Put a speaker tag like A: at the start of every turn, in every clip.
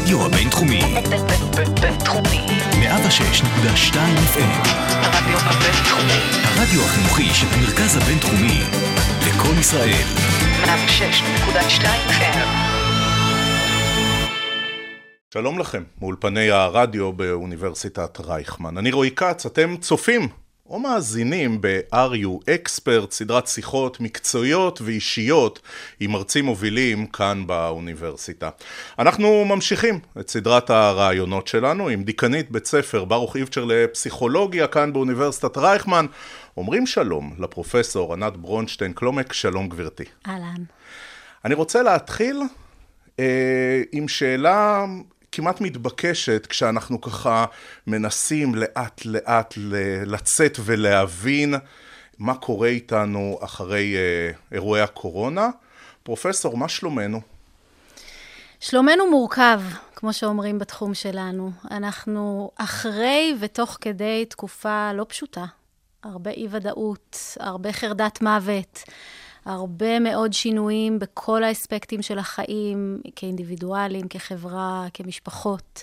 A: הרדיו הבינתחומי.
B: בינתחומי.
A: 106.2 FM.
B: הרדיו הבינתחומי.
A: הרדיו החינוכי של המרכז הבינתחומי. לקום ישראל.
B: 106.2 FM.
C: שלום לכם, מאולפני הרדיו באוניברסיטת רייכמן. אני רועי קץ, אתם צופים או מאזינים ב-Are You Expert, סדרת שיחות מקצועיות ואישיות עם מרצים מובילים כאן באוניברסיטה. אנחנו ממשיכים את סדרת הרעיונות שלנו עם דיקנית בית ספר ברוך איבצ'ר לפסיכולוגיה כאן באוניברסיטת רייכמן. אומרים שלום לפרופסור ענת ברונשטיין קלומק. שלום גברתי.
D: אהלן.
C: אני רוצה להתחיל עם שאלה כמעט מתבקשת כשאנחנו ככה מנסים לאט לאט לצאת ולהבין מה קורה איתנו אחרי אירועי הקורונה. פרופסור, מה שלומנו?
D: שלומנו מורכב, כמו שאומרים בתחום שלנו. אנחנו אחרי ותוך כדי תקופה לא פשוטה. הרבה אי ודאות, הרבה חרדת מוות, הרבה מאוד שינויים בכל האספקטים של החיים, כאינדיבידואלים, כחברה, כמשפחות.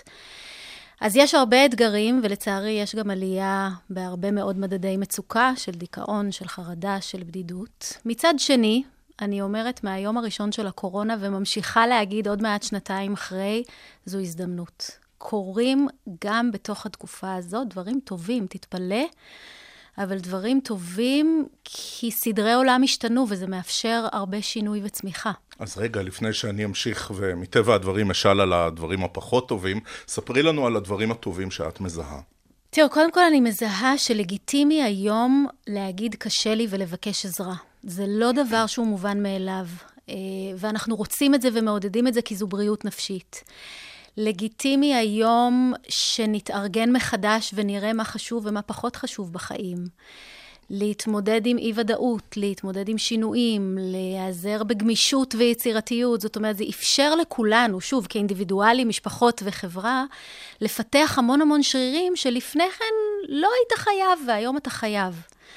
D: אז יש הרבה אתגרים, ולצערי יש גם עלייה בהרבה מאוד מדדי מצוקה, של דיכאון, של חרדה, של בדידות. מצד שני, אני אומרת מהיום הראשון של הקורונה, וממשיכה להגיד עוד מעט שנתיים אחרי, זו הזדמנות. קורים גם בתוך התקופה הזאת, דברים טובים, תתפלא, אבל דברים טובים כי סדרי עולם השתנו, וזה מאפשר הרבה שינוי וצמיחה.
C: אז רגע, לפני שאני אמשיך ומטבע הדברים אשאל על הדברים הפחות טובים, ספרי לנו על הדברים הטובים שאת מזהה.
D: תראו, קודם כל אני מזהה שלגיטימי היום להגיד קשה לי ולבקש עזרה. זה לא דבר שהוא מובן מאליו, ואנחנו רוצים את זה ומעודדים את זה כי זו בריאות נפשית. לגיטימי היום שנתארגן מחדש ונראה מה חשוב ומה פחות חשוב בחיים. להתמודד עם אי ודאות, להתמודד עם שינויים, להיעזר בגמישות ויצירתיות. זאת אומרת, זה אפשר לכולנו, שוב, כאינדיבידואלים, משפחות וחברה, לפתח המון המון שרירים שלפני כן לא היית חייב והיום אתה חייב.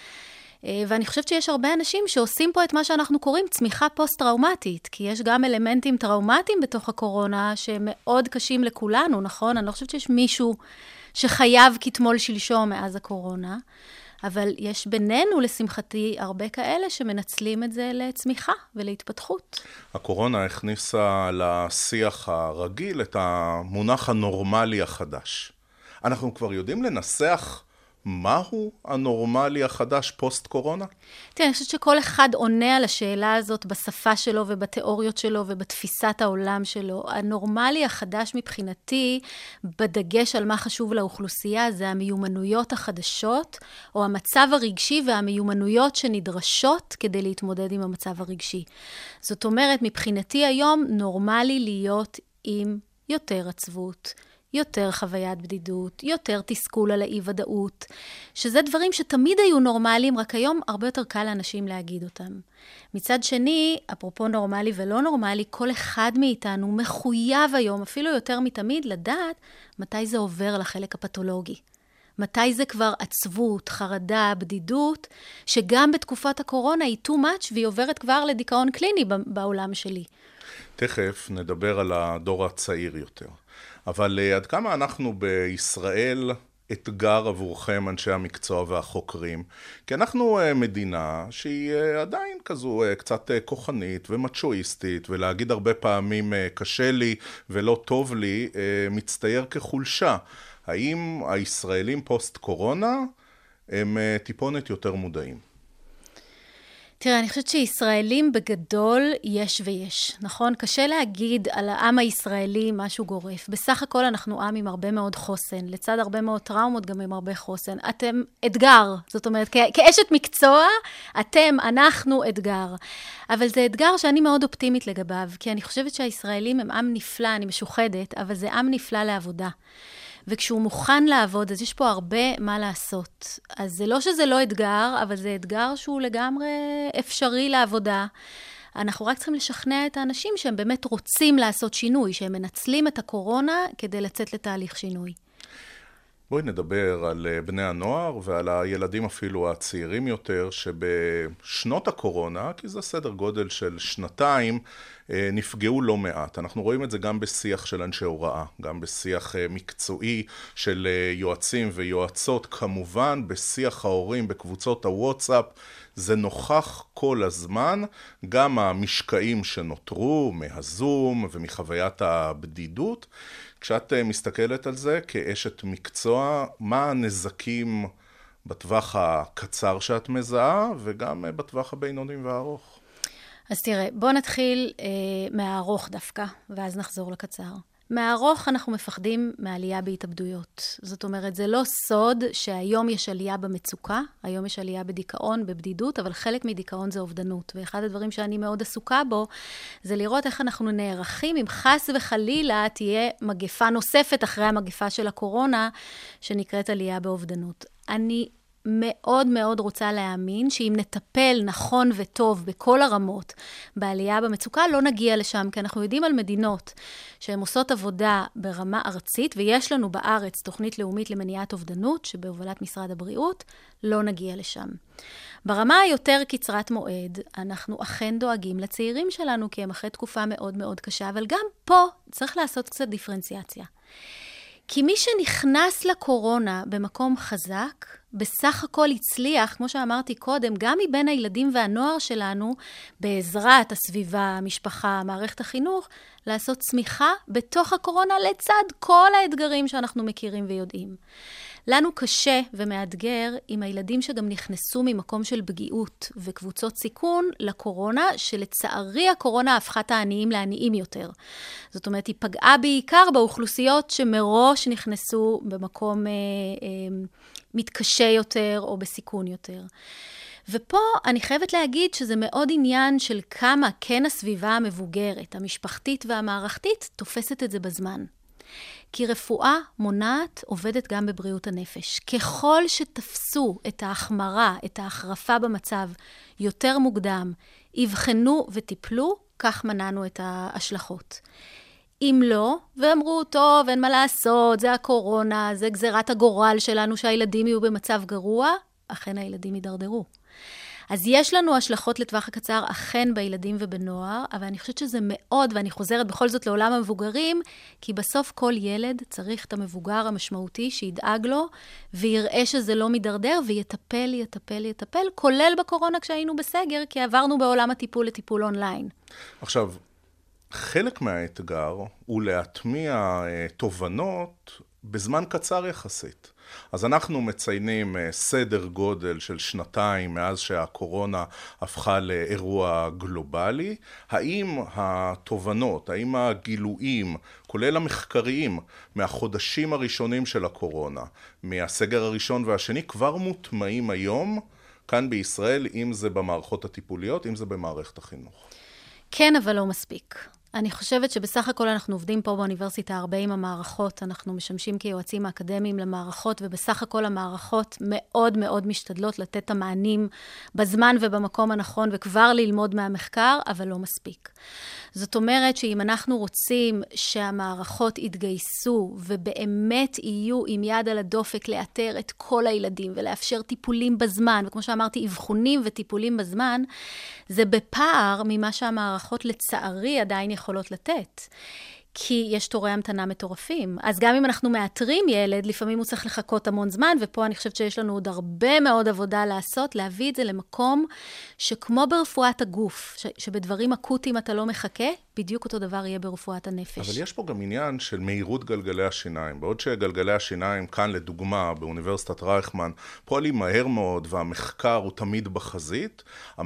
D: ואני חושבת שיש הרבה אנשים שעושים פה את מה שאנחנו קוראים צמיחה פוסט-טראומטית, כי יש גם אלמנטים טראומטיים בתוך הקורונה שמאוד קשים לכולנו, נכון? אני לא חושבת שיש מישהו שחייב כתמול שלשום מאז הקורונה, אבל יש בינינו, לשמחתי, הרבה כאלה שמנצלים את זה לצמיחה ולהתפתחות.
C: הקורונה הכניסה לשיח הרגיל את המונח הנורמלי החדש. אנחנו כבר יודעים לנסח מהו הנורמלי החדש פוסט קורונה?
D: תראה, אני חושבת שכל אחד עונה על השאלה הזאת בשפה שלו ובתיאוריות שלו ובתפיסת העולם שלו. הנורמלי החדש מבחינתי, בדגש על מה חשוב לאוכלוסייה, זה המיומנויות החדשות, או המצב הרגשי והמיומנויות שנדרשות כדי להתמודד עם המצב הרגשי. זאת אומרת, מבחינתי היום נורמלי להיות עם יותר עצבות, יותר חוויית בדידות, יותר תסכול על האי-ודאות, שזה דברים שתמיד היו נורמליים, רק היום הרבה יותר קל לאנשים להגיד אותם. מצד שני, אפרופו נורמלי ולא נורמלי, כל אחד מאיתנו מחויב היום, אפילו יותר מתמיד, לדעת מתי זה עובר לחלק הפתולוגי. מתי זה כבר עצבות, חרדה, בדידות, שגם בתקופת הקורונה היא too much, והיא עוברת כבר לדיכאון קליני בעולם שלי.
C: תכף נדבר על הדור הצעיר יותר. אבל עד כמה אנחנו בישראל אתגר עבורכם אנשי המקצוע והחוקרים? כי אנחנו מדינה שהיא עדיין כזו קצת כוחנית ומצ'ואיסטית, ולהגיד הרבה פעמים קשה לי ולא טוב לי, מצטייר כחולשה. האם הישראלים פוסט קורונה הם טיפונת יותר מודעים?
D: תראה, אני חושבת שישראלים בגדול יש ויש, נכון? קשה להגיד על העם הישראלי משהו גורף. בסך הכל אנחנו עם עם הרבה מאוד חוסן, לצד הרבה מאוד טראומות גם עם הרבה חוסן. אתם אתגר, זאת אומרת, כאשת מקצוע, אנחנו אתגר. אבל זה אתגר שאני מאוד אופטימית לגביו, כי אני חושבת שהישראלים הם עם נפלא, אני משוחדת, אבל זה עם נפלא לעבודה. וכשהוא מוכן לעבוד, אז יש פה הרבה מה לעשות. אז זה לא שזה לא אתגר, אבל זה אתגר שהוא לגמרי אפשרי לעבודה. אנחנו רק צריכים לשכנע את האנשים שהם באמת רוצים לעשות שינוי, שהם מנצלים את הקורונה כדי לצאת לתהליך שינוי.
C: בואי נדבר על בני הנוער ועל הילדים אפילו הצעירים יותר, שבשנות הקורונה, כי זה סדר גודל של שנתיים, נפגעו לא מעט. אנחנו רואים את זה גם בשיח של אנשי הוראה, גם בשיח מקצועי של יועצים ויועצות, כמובן בשיח ההורים בקבוצות הוואטסאפ. זה נוכח כל הזמן, גם המשקעים שנותרו מהזום ומחוויית הבדידות. כשאת מסתכלת על זה כאשת מקצוע, מה הנזקים בטווח הקצר שאת מזהה וגם בטווח הבינוני והארוך?
D: אז תראה, בוא נתחיל מהארוך דווקא, ואז נחזור לקצר. מהארוך אנחנו מפחדים מעלייה בהתאבדויות. זאת אומרת, זה לא סוד שהיום יש עלייה במצוקה, היום יש עלייה בדיכאון, בבדידות, אבל חלק מדיכאון זה אובדנות. ואחד הדברים שאני מאוד עסוקה בו, זה לראות איך אנחנו נערכים, אם חס וחלילה תהיה מגפה נוספת אחרי המגפה של הקורונה, שנקראת עלייה באובדנות. אני מאוד מאוד רוצה להאמין שאם נטפל נכון וטוב בכל הרמות בעלייה במצוקה, לא נגיע לשם, כי אנחנו יודעים על מדינות שהן עושות עבודה ברמה ארצית, ויש לנו בארץ תוכנית לאומית למניעת אובדנות, שבהובלת משרד הבריאות, לא נגיע לשם. ברמה היותר קצרת מועד, אנחנו אכן דואגים לצעירים שלנו, כי הם אחרי תקופה מאוד מאוד קשה, אבל גם פה צריך לעשות קצת דיפרנציאציה. כי מי שנכנס לקורונה במקום חזק, בסך הכל הצליח, כמו שאמרתי קודם, גם מבין הילדים והנוער שלנו, בעזרת הסביבה, המשפחה, מערכת החינוך, לעשות צמיחה בתוך הקורונה לצד כל האתגרים שאנחנו מכירים ויודעים. לנו קשה ומאתגר עם הילדים שגם נכנסו ממקום של פגיעות וקבוצות סיכון לקורונה, שלצערי הקורונה הפכה את העניים לעניים יותר. זאת אומרת, היא פגעה בעיקר באוכלוסיות שמראש נכנסו במקום מתקשה יותר או בסיכון יותר. ופה אני חייבת להגיד שזה מאוד עניין של כמה כן הסביבה המבוגרת, המשפחתית והמערכתית, תופסת את זה בזמן. כי רפואה מונעת עובדת גם בבריאות הנפש. ככל שתפסו את ההחמרה, את ההחרפה במצב יותר מוקדם, יבחנו וטיפלו, כך מנענו את ההשלכות. אם לא, ואמרו, טוב, אין מה לעשות, זה הקורונה, זה גזירת הגורל שלנו שהילדים יהיו במצב גרוע, אכן הילדים יידרדרו. אז יש לנו השלכות לטווח הקצר אכן בילדים ובנוער, אבל אני חושבת שזה מאוד, ואני חוזרת בכל זאת לעולם המבוגרים, כי בסוף כל ילד צריך את המבוגר המשמעותי שידאג לו, ויראה שזה לא מדרדר, ויטפל, כולל בקורונה כשהיינו בסגר, כי עברנו בעולם הטיפול לטיפול אונליין.
C: עכשיו, חלק מהאתגר הוא להטמיע תובנות בזמן קצר יחסית. אז אנחנו מציינים סדר גודל של שנתיים מאז שהקורונה הפכה לאירוע גלובלי. האם התובנות, האם הגילויים, כולל המחקריים, מהחודשים הראשונים של הקורונה, מהסגר הראשון והשני, כבר מוטמעים היום כאן בישראל, אם זה במערכות הטיפוליות, אם זה במערכת החינוך?
D: כן, אבל לא מספיק. אני חושבת שבסך הכל אנחנו עובדים פה באוניברסיטה הרבה עם המערכות, אנחנו משמשים כיועצים האקדמיים למערכות, ובסך הכל המערכות מאוד מאוד משתדלות לתת את המענים בזמן ובמקום הנכון, וכבר ללמוד מהמחקר, אבל לא מספיק. זאת אומרת שאם אנחנו רוצים שהמערכות יתגייסו, ובאמת יהיו עם יד על הדופק לאתר את כל הילדים, ולאפשר טיפולים בזמן, וכמו שאמרתי, אבחונים וטיפולים בזמן, זה בפער ממה שהמערכות לצערי עדיין יכולות לתת. כי יש תורי המתנה מטורפים. אז גם אם אנחנו מאתרים ילד, לפעמים הוא צריך לחכות המון זמן, ופה אני חושבת שיש לנו עוד הרבה מאוד עבודה לעשות, להביא את זה למקום שכמו ברפואת הגוף, שבדברים אקוטיים אתה לא מחכה, בדיוק אותו דבר יהיה ברפואת הנפש.
C: אבל יש פה גם עניין של מהירות גלגלי השיניים. בעוד שגלגלי השיניים כאן לדוגמה באוניברסיטת רייכמן פועלים מהר מאוד והמחקר הוא תמיד בחזית,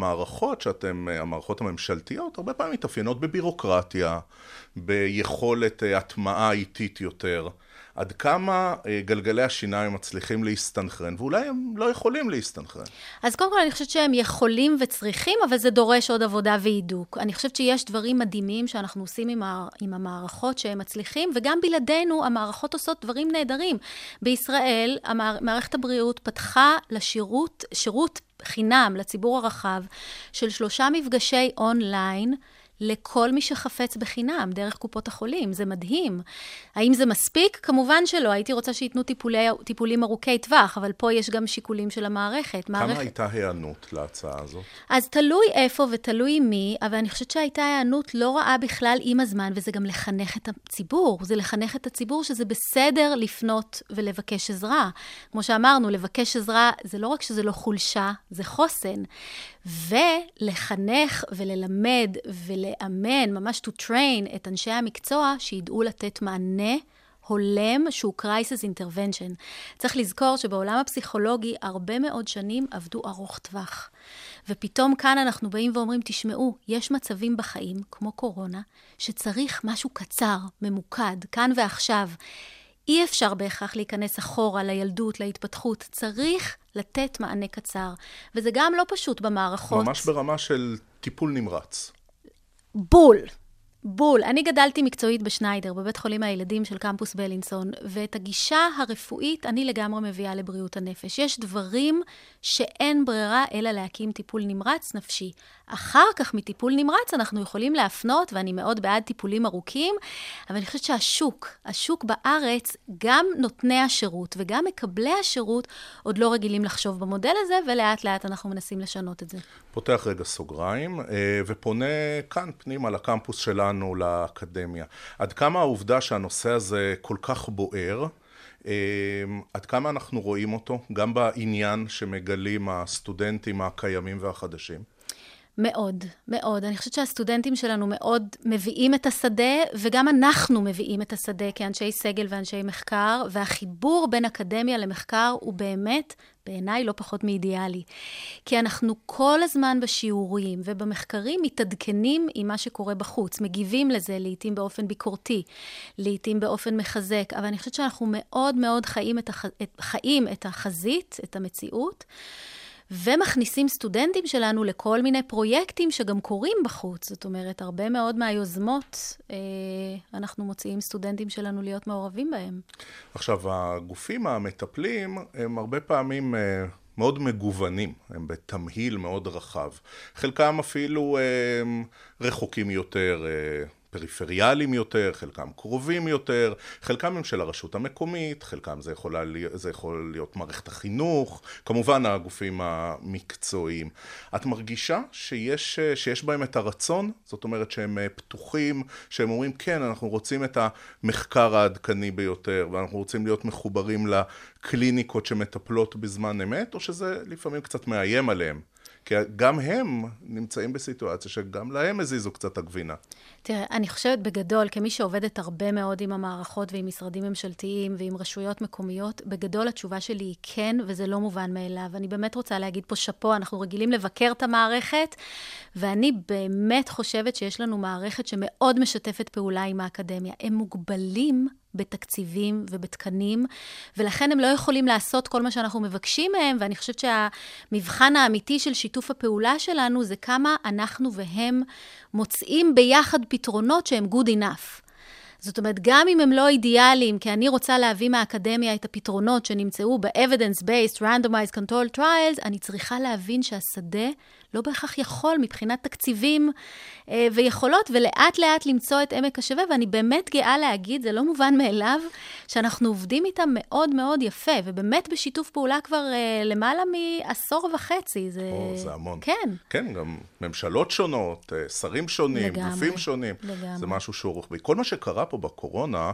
C: המערכות הממשלתיות הרבה פעמים מתאפיינות בבירוקרטיה, ביכולת הטמעה איטית יותר. עד כמה גלגלי השיניים מצליחים להסתנכרן, ואולי הם לא יכולים להסתנכרן.
D: אז קודם כל אני חושבת שהם יכולים וצריכים, אבל זה דורש עוד עבודה ועידוק. אני חושבת שיש דברים מדהימים שאנחנו עושים עם המערכות שהם מצליחים, וגם בלעדינו המערכות עושות דברים נהדרים. בישראל, מערכת הבריאות פתחה שירות חינם לציבור הרחב של 3 מפגשי אונליין, לכל מי שחפץ בחינם, דרך קופות החולים. זה מדהים. האם זה מספיק? כמובן שלא. הייתי רוצה שיתנו טיפולים ארוכי טווח, אבל פה יש גם שיקולים של המערכת.
C: כמה הייתה הענות להצעה הזאת?
D: אז תלוי איפה ותלוי מי, אבל אני חושבת שהייתה הענות לא רעה בכלל עם הזמן, וזה גם לחנך את הציבור. זה לחנך את הציבור שזה בסדר לפנות ולבקש עזרה. כמו שאמרנו, לבקש עזרה זה לא רק שזה לא חולשה, זה חוסן. ולחנך וללמד ולאמן, ממש to train את אנשי המקצוע שידעו לתת מענה הולם שהוא crisis intervention. צריך לזכור שבעולם הפסיכולוגי הרבה מאוד שנים עבדו ארוך טווח. ופתאום כאן אנחנו באים ואומרים, תשמעו, יש מצבים בחיים, כמו קורונה, שצריך משהו קצר, ממוקד, כאן ועכשיו. אי אפשר בהכרח להיכנס אחורה לילדות, להתפתחות. צריך לתת מענה קצר. וזה גם לא פשוט במערכות.
C: ממש ברמה של טיפול נמרץ.
D: בול. אני גדלתי מקצועית בשניידר, בבית חולים הילדים של קמפוס בלינסון, ואת הגישה הרפואית אני לגמרי מביאה לבריאות הנפש. יש דברים שאין ברירה אלא להקים טיפול נמרץ נפשי. אחר כך מטיפול נמרץ אנחנו יכולים להפנות, ואני מאוד בעד טיפולים ארוכים, אבל אני חושבת השוק בארץ, גם נותני השירות וגם מקבלי השירות, עוד לא רגילים לחשוב במודל הזה, ולאט לאט אנחנו מנסים לשנות את זה.
C: פותח רגע סוגריים, ופונה כאן פנימה לקמפוס שלנו, לאקדמיה. עד כמה העובדה שהנושא הזה כל כך בוער, עד כמה אנחנו רואים אותו, גם בעניין שמגלים הסטודנטים הקיימים והחדשים?
D: מאוד, מאוד. אני חושבת שהסטודנטים שלנו מאוד מביאים את השדה, וגם אנחנו מביאים את השדה כאנשי סגל ואנשי מחקר, והחיבור בין אקדמיה למחקר הוא באמת, בעיניי, לא פחות מאידיאלי. כי אנחנו כל הזמן בשיעורים ובמחקרים מתעדכנים עם מה שקורה בחוץ, מגיבים לזה לעתים באופן ביקורתי, לעתים באופן מחזק, אבל אני חושבת שאנחנו מאוד מאוד חיים את החזית, את המציאות, ומכניסים סטודנטים שלנו לכל מיני פרויקטים שגם קורים בחוץ. זאת אומרת, הרבה מאוד מהיוזמות, אנחנו מוציאים סטודנטים שלנו להיות מעורבים בהם.
C: עכשיו, הגופים המטפלים הם הרבה פעמים מאוד מגוונים, הם בתמהיל מאוד רחב. חלקם אפילו רחוקים יותר, פריפריאליים יותר, חלקם קרובים יותר, חלקם הם של הרשות המקומית, חלקם זה יכול להיות מערכת החינוך, כמובן הגופים המקצועיים. את מרגישה שיש בהם את הרצון? זאת אומרת שהם פתוחים, שהם אומרים כן, אנחנו רוצים את המחקר העדכני ביותר, ואנחנו רוצים להיות מחוברים לקליניקות שמטפלות בזמן אמת, או שזה לפעמים קצת מאיים עליהם? כי גם הם נמצאים בסיטואציה שגם להם הזיזו קצת הגבינה.
D: תראה, אני חושבת בגדול, כמי שעובדת הרבה מאוד עם המערכות ועם משרדים ממשלתיים ועם רשויות מקומיות, בגדול התשובה שלי היא כן, וזה לא מובן מאליו. אני באמת רוצה להגיד פה שפו, אנחנו רגילים לבקר את המערכת, ואני באמת חושבת שיש לנו מערכת שמאוד משתפת פעולה עם האקדמיה. הם מוגבלים בתקציבים ובתקנים, ולכן הם לא יכולים לעשות כל מה שאנחנו מבקשים מהם, ואני חושבת שהמבחן האמיתי של שיתוף הפעולה שלנו זה כמה אנחנו והם מוצאים ביחד פתרונות שהם good enough. זאת אומרת, גם אם הם לא אידיאליים, כי אני רוצה להביא מהאקדמיה את הפתרונות שנמצאו ב-evidence-based, randomized control trials, אני צריכה להבין שהשדה לא בהכרח יכול מבחינת תקציבים ויכולות, ולאט לאט למצוא את עמק השווה, ואני באמת גאה להגיד, זה לא מובן מאליו, שאנחנו עובדים איתם מאוד מאוד יפה, ובאמת בשיתוף פעולה כבר למעלה מעשור וחצי.
C: זה המון.
D: כן.
C: כן, גם ממשלות שונות, שרים שונים, גופים שונים.
D: לגמרי.
C: זה משהו שהוא רוחבי. כל מה שקרה פה בקורונה,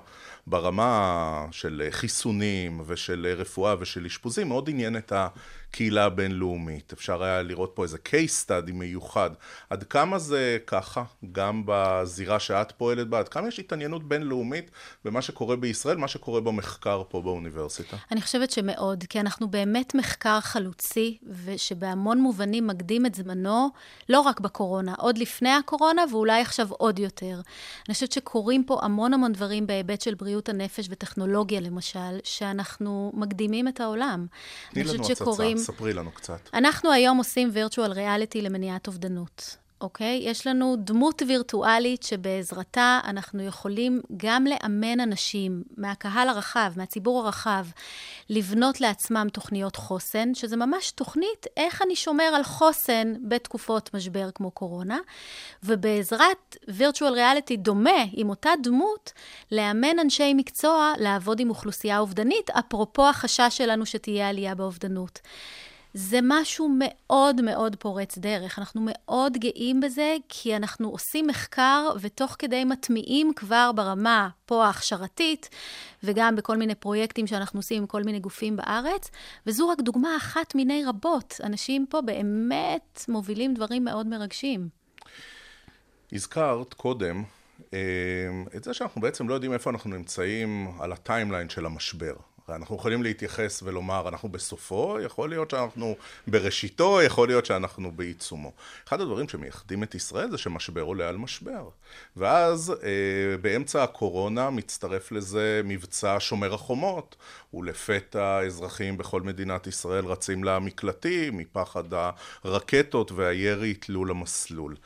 C: ברמה של חיסונים ושל רפואה ושל אשפוזים, מאוד עניין את הקהילה הבינלאומית. אפשר היה לראות פה איזה case study מיוחד. עד כמה זה ככה, גם בזירה שאת פועלת בה, עד כמה יש התעניינות בינלאומית במה שקורה בישראל, מה שקורה במחקר פה באוניברסיטה?
D: אני חושבת שמאוד, כי אנחנו באמת מחקר חלוצי, ושבהמון מובנים מקדים את זמנו, לא רק בקורונה, עוד לפני הקורונה, ואולי עכשיו עוד יותר. אני חושבת שקורים פה המון דברים בהיבט של בריאות הנפש וטכנולוגיה למשל, שאנחנו מקדימים את העולם.
C: תני לנו הצצה, ספרי לנו קצת.
D: אנחנו היום עושים virtual reality למניעת אובדנות. אוקיי? יש לנו דמות וירטואלית שבעזרתה אנחנו יכולים גם לאמן אנשים מהקהל הרחב, מהציבור הרחב, לבנות לעצמם תוכניות חוסן, שזה ממש תוכנית איך אני שומר על חוסן בתקופות משבר כמו קורונה, ובעזרת virtual reality דומה עם אותה דמות, לאמן אנשי מקצוע לעבוד עם אוכלוסייה אובדנית, אפרופו החשש שלנו שתהיה עלייה באובדנות. זה משהו מאוד מאוד פורץ דרך. אנחנו מאוד גאים בזה, כי אנחנו עושים מחקר ותוך כדי מטמיעים כבר ברמה פה ההכשרתית, וגם בכל מיני פרויקטים שאנחנו עושים עם כל מיני גופים בארץ, וזו רק דוגמה אחת מיני רבות. אנשים פה באמת מובילים דברים מאוד מרגשים.
C: הזכרת קודם את זה שאנחנו בעצם לא יודעים איפה אנחנו נמצאים על הטיימליין של המשבר. אנחנו יכולים להתייחס ולומר, אנחנו בסופו, יכול להיות שאנחנו בראשיתו, יכול להיות שאנחנו בעיצומו. אחד הדברים שמייחדים את ישראל זה שמשבר עולה על משבר. ואז באמצע הקורונה מצטרף לזה מבצע שומר החומות, ולפתע אזרחים בכל מדינת ישראל רצים למקלטים, מפחד הרקטות והירי יתלו למסלול.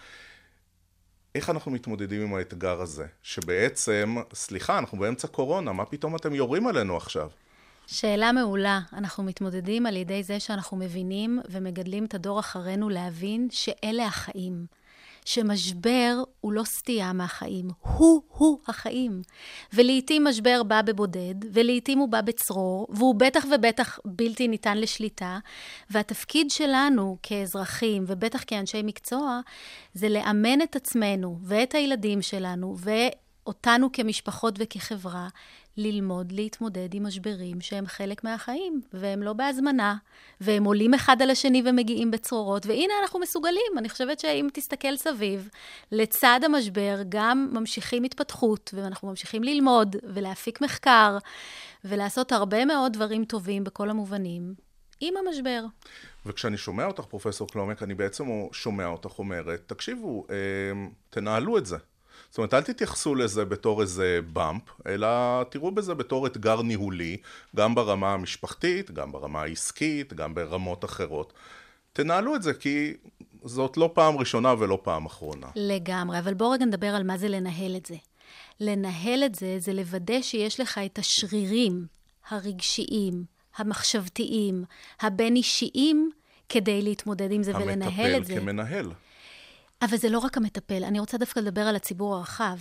C: איך אנחנו מתמודדים עם האתגר הזה? שבעצם, סליחה, אנחנו באמצע קורונה, מה פתאום אתם יורים עלינו עכשיו?
D: שאלה מעולה. אנחנו מתמודדים על ידי זה שאנחנו מבינים ומגדלים את הדור אחרינו להבין שאלה החיים. שמשבר הוא לא סטייה מהחיים, הוא החיים. ולעיתים משבר בא בבודד, ולעיתים הוא בא בצרור, והוא בטח ובטח בלתי ניתן לשליטה, והתפקיד שלנו כאזרחים, ובטח כאנשי מקצוע, זה לאמן את עצמנו, ואת הילדים שלנו, ואותנו כמשפחות וכחברה, ללמוד להתמודד עם משברים שהם חלק מהחיים, והם לא בהזמנה, והם עולים אחד על השני ומגיעים בצרורות, והנה אנחנו מסוגלים. אני חושבת שאם תסתכל סביב, לצד המשבר גם ממשיכים התפתחות, ואנחנו ממשיכים ללמוד ולהפיק מחקר, ולעשות הרבה מאוד דברים טובים בכל המובנים, עם המשבר.
C: וכשאני שומע אותך, פרופסור קלומק, אני בעצם שומע אותך אומרת, תקשיבו, תנהלו את זה. זאת אומרת, אל תתייחסו לזה בתור איזה במפ, אלא תראו בזה בתור אתגר ניהולי, גם ברמה המשפחתית, גם ברמה העסקית, גם ברמות אחרות. תנהלו את זה, כי זאת לא פעם ראשונה ולא פעם אחרונה.
D: לגמרי, אבל בואו רגע נדבר על מה זה לנהל את זה. לנהל את זה, זה לוודא שיש לך את השרירים הרגשיים, המחשבתיים, הבין-אישיים, כדי להתמודד עם זה ולנהל את זה.
C: המטפל כמנהל.
D: אבל זה לא רק המטפל, אני רוצה דווקא לדבר על הציבור הרחב.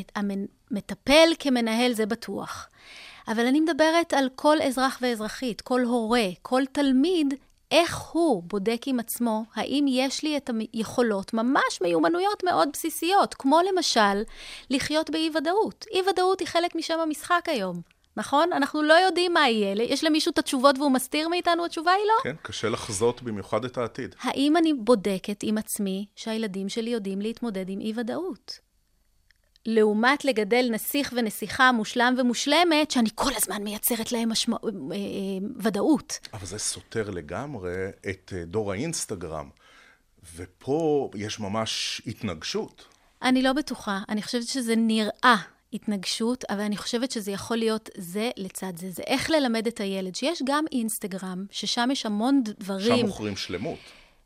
D: המטפל כמנהל זה בטוח. אבל אני מדברת על כל אזרח ואזרחית, כל הורה, כל תלמיד, איך הוא בודק עם עצמו, האם יש לי את היכולות, ממש מיומנויות מאוד בסיסיות, כמו למשל, לחיות באי-ודאות. אי-ודאות היא חלק משם המשחק היום. נכון? אנחנו לא יודעים מה יהיה. יש למישהו את התשובות והוא מסתיר מאיתנו, התשובה היא לא.
C: כן, קשה לחזות במיוחד את העתיד.
D: האם אני בודקת עם עצמי שהילדים שלי יודעים להתמודד עם אי-ודאות? לעומת לגדל נסיך ונסיכה מושלם ומושלמת, שאני כל הזמן מייצרת להם ודאות.
C: אבל זה סותר לגמרי את דור האינסטגרם. ופה יש ממש התנגשות.
D: אני לא בטוחה. אני חושבת שזה נראה התנגשות, אבל אני חושבת שזה יכול להיות זה לצד זה. זה איך ללמד את הילד, שיש גם אינסטגרם, ששם יש המון דברים.
C: שם מוכרים שלמות.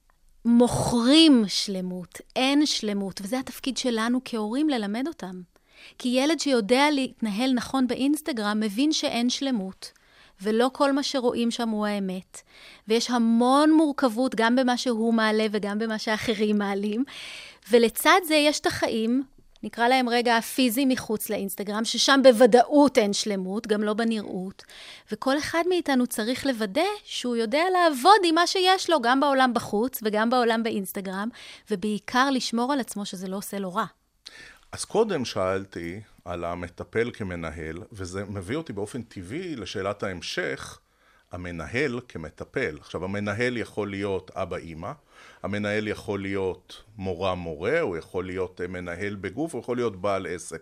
D: מוכרים שלמות, אין שלמות, וזה התפקיד שלנו כהורים ללמד אותם. כי ילד שיודע להתנהל נכון באינסטגרם, מבין שאין שלמות, ולא כל מה שרואים שם הוא האמת. ויש המון מורכבות גם במה שהוא מעלה וגם במה שאחרים מעלים. ולצד זה יש את החיים, נקרא להם רגע הפיזי מחוץ לאינסטגרם, ששם בוודאות אין שלמות, גם לא בנראות. וכל אחד מאיתנו צריך לוודא שהוא יודע לעבוד עם מה שיש לו, גם בעולם בחוץ וגם בעולם באינסטגרם, ובעיקר לשמור על עצמו שזה לא עושה לו רע.
C: אז קודם שאלתי על המטפל כמנהל, וזה מביא אותי באופן טבעי לשאלת ההמשך, המנהל כמטפל. עכשיו, המנהל יכול להיות אבא-אמא, המנהל יכול להיות מורה-מורה, הוא יכול להיות מנהל בגוף, הוא יכול להיות בעל עסק.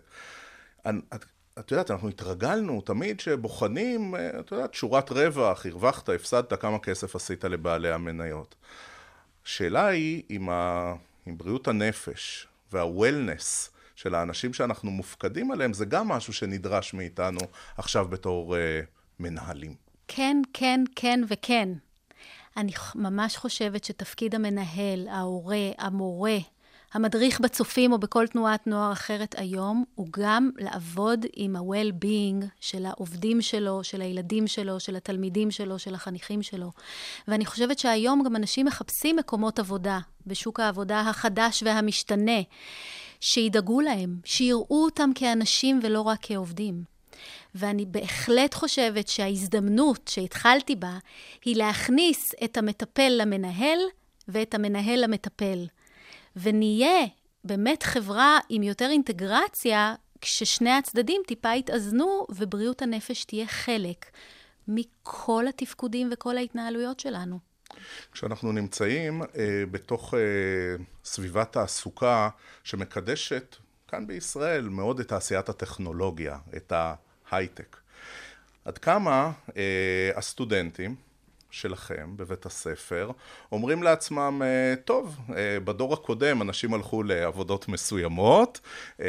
C: את יודעת, אנחנו התרגלנו תמיד שבוחנים, את יודעת, שורת רווח, הרווחת, הפסדת, כמה כסף עשית לבעלי המניות. השאלה היא עם בריאות הנפש וה-wellness של האנשים שאנחנו מופקדים עליהם, זה גם משהו שנדרש מאיתנו עכשיו בתור מנהלים.
D: כן, כן, כן וכן. אני ממש חושבת שתפקיד המנהל, ההורה, המורה, המדריך בצופים או בכל תנועת נוער אחרת היום, הוא גם לעבוד עם ה-well-being של העובדים שלו, של הילדים שלו, של התלמידים שלו, של החניכים שלו. ואני חושבת שהיום גם אנשים מחפשים מקומות עבודה, בשוק העבודה החדש והמשתנה, שידאגו להם, שיראו אותם כאנשים ולא רק כעובדים. ואני בהחלט חושבת שההזדמנות שהתחלתי בה, היא להכניס את המטפל למנהל, ואת המנהל למטפל. ונהיה באמת חברה עם יותר אינטגרציה, כששני הצדדים טיפה יתאזנו, ובריאות הנפש תהיה חלק מכל התפקודים וכל ההתנהלויות שלנו.
C: כשאנחנו נמצאים בתוך סביבת תעסוקה שמקדשת כאן בישראל מאוד את תעשיית הטכנולוגיה, את ההייטק. עד כמה הסטודנטים שלכם בבית הספר אומרים לעצמם, טוב, בדור הקודם אנשים הלכו לעבודות מסוימות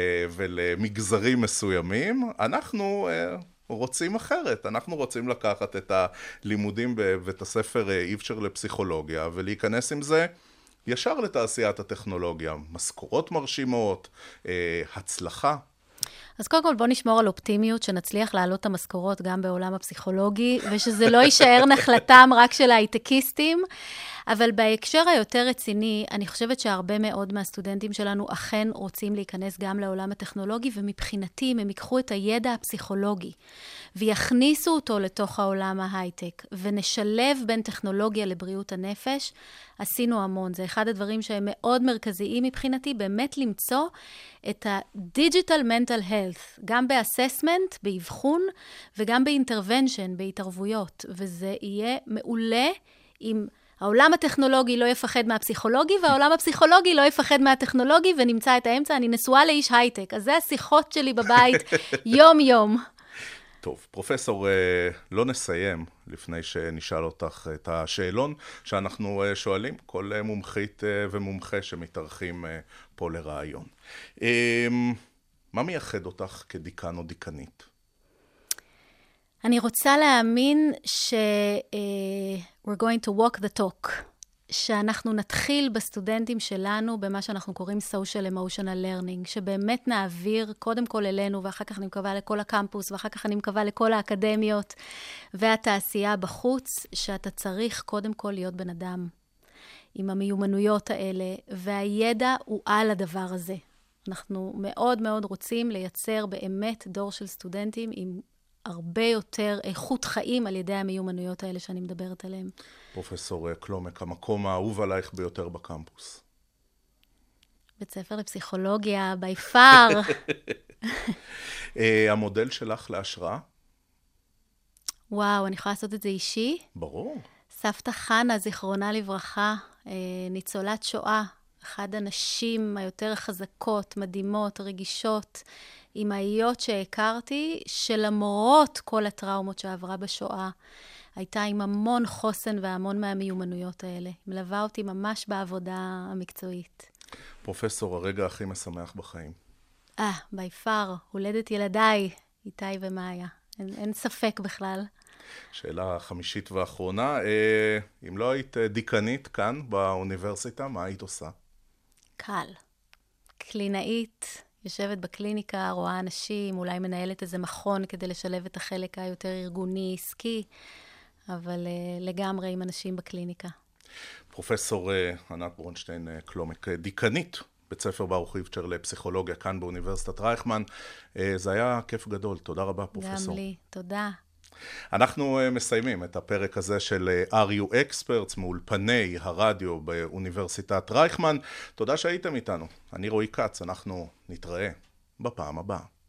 C: ולמגזרים מסוימים, אנחנו רוצים אחרת, אנחנו רוצים לקחת את הלימודים בבית הספר איפשר לפסיכולוגיה ולהיכנס עם זה ישר לתעשיית הטכנולוגיה, משכורות מרשימות, הצלחה.
D: אז קודם כל בוא נשמור על אופטימיות, שנצליח להעלות את המשכורות גם בעולם הפסיכולוגי, ושזה לא יישאר נחלתם רק של ההייטקיסטים, אבל בהקשר היותר רציני, אני חושבת שהרבה מאוד מהסטודנטים שלנו אכן רוצים להיכנס גם לעולם הטכנולוגי, ומבחינתי הם ייקחו את הידע הפסיכולוגי, ויכניסו אותו לתוך העולם ההייטק, ונשלב בין טכנולוגיה לבריאות הנפש, עשינו המון. זה אחד הדברים שהם מאוד מרכזיים מבחינתי, באמת למצוא את ה-digital mental health, גם ב-assessment, באבחון, וגם ב-intervention, בהתערבויות. וזה יהיה מעולה אם העולם הטכנולוגי לא יפחד מהפסיכולוגי, והעולם הפסיכולוגי לא יפחד מהטכנולוגי, ונמצא את האמצע. אני נשואה לאיש הייטק, אז זה השיחות שלי בבית יום-יום.
C: טוב, פרופסור, לא נסיים לפני שנשאל אותך את השאלון שאנחנו שואלים, כל מומחית ומומחה שמתארחים פה לרעיון. מה מייחד אותך כדיקן או דיקנית?
D: אני רוצה להאמין we're going to walk the talk, שאנחנו נתחיל בסטודנטים שלנו במה שאנחנו קוראים social emotional learning, שבאמת נעביר קודם כל אלינו, ואחר כך אני מקווה לכל הקמפוס, ואחר כך אני מקווה לכל האקדמיות והתעשייה בחוץ, שאתה צריך קודם כל להיות בן אדם עם המיומנויות האלה, והידע הוא על הדבר הזה. אנחנו מאוד מאוד רוצים לייצר באמת דור של סטודנטים עם הרבה יותר איכות חיים על ידי המיומנויות האלה שאני מדברת עליהם.
C: פרופסור קלומק, המקום האהוב עלייך ביותר בקמפוס.
D: בית ספר לפסיכולוגיה, by far.
C: המודל שלך להשראה?
D: וואו, אני יכולה לעשות את זה אישי?
C: ברור.
D: סבתא חנה, זיכרונה לברכה, ניצולת שואה, אחד הנשים היותר חזקות, מדהימות, רגישות, אמהיות שהכרתי, שלמרות כל הטראומות שעברה בשואה, הייתה עם המון חוסן והמון מהמיומנויות האלה. מלווה אותי ממש בעבודה המקצועית.
C: פרופסור, הרגע הכי משמח בחיים.
D: by far, הולדת ילדיי, איתי ומאיה. אין ספק בכלל.
C: שאלה חמישית ואחרונה, אם לא היית דיקנית כאן באוניברסיטה, מה היית עושה?
D: קל. קלינאית, יושבת בקליניקה, רואה אנשים, אולי מנהלת איזה מכון כדי לשלב את החלק היותר ארגוני, עסקי, אבל לגמרי עם אנשים בקליניקה.
C: פרופסור ענת ברונשטיין קלומק, דיקנית בית ספר ברוך איפשר לפסיכולוגיה כאן באוניברסיטת רייכמן. זה היה כיף גדול. תודה רבה, פרופסור.
D: גם לי, תודה.
C: אנחנו מסיימים את הפרק הזה של Are You Experts מאולפני הרדיו באוניברסיטת רייכמן. תודה שהייתם איתנו. אני רועי קץ, אנחנו נתראה בפעם הבאה.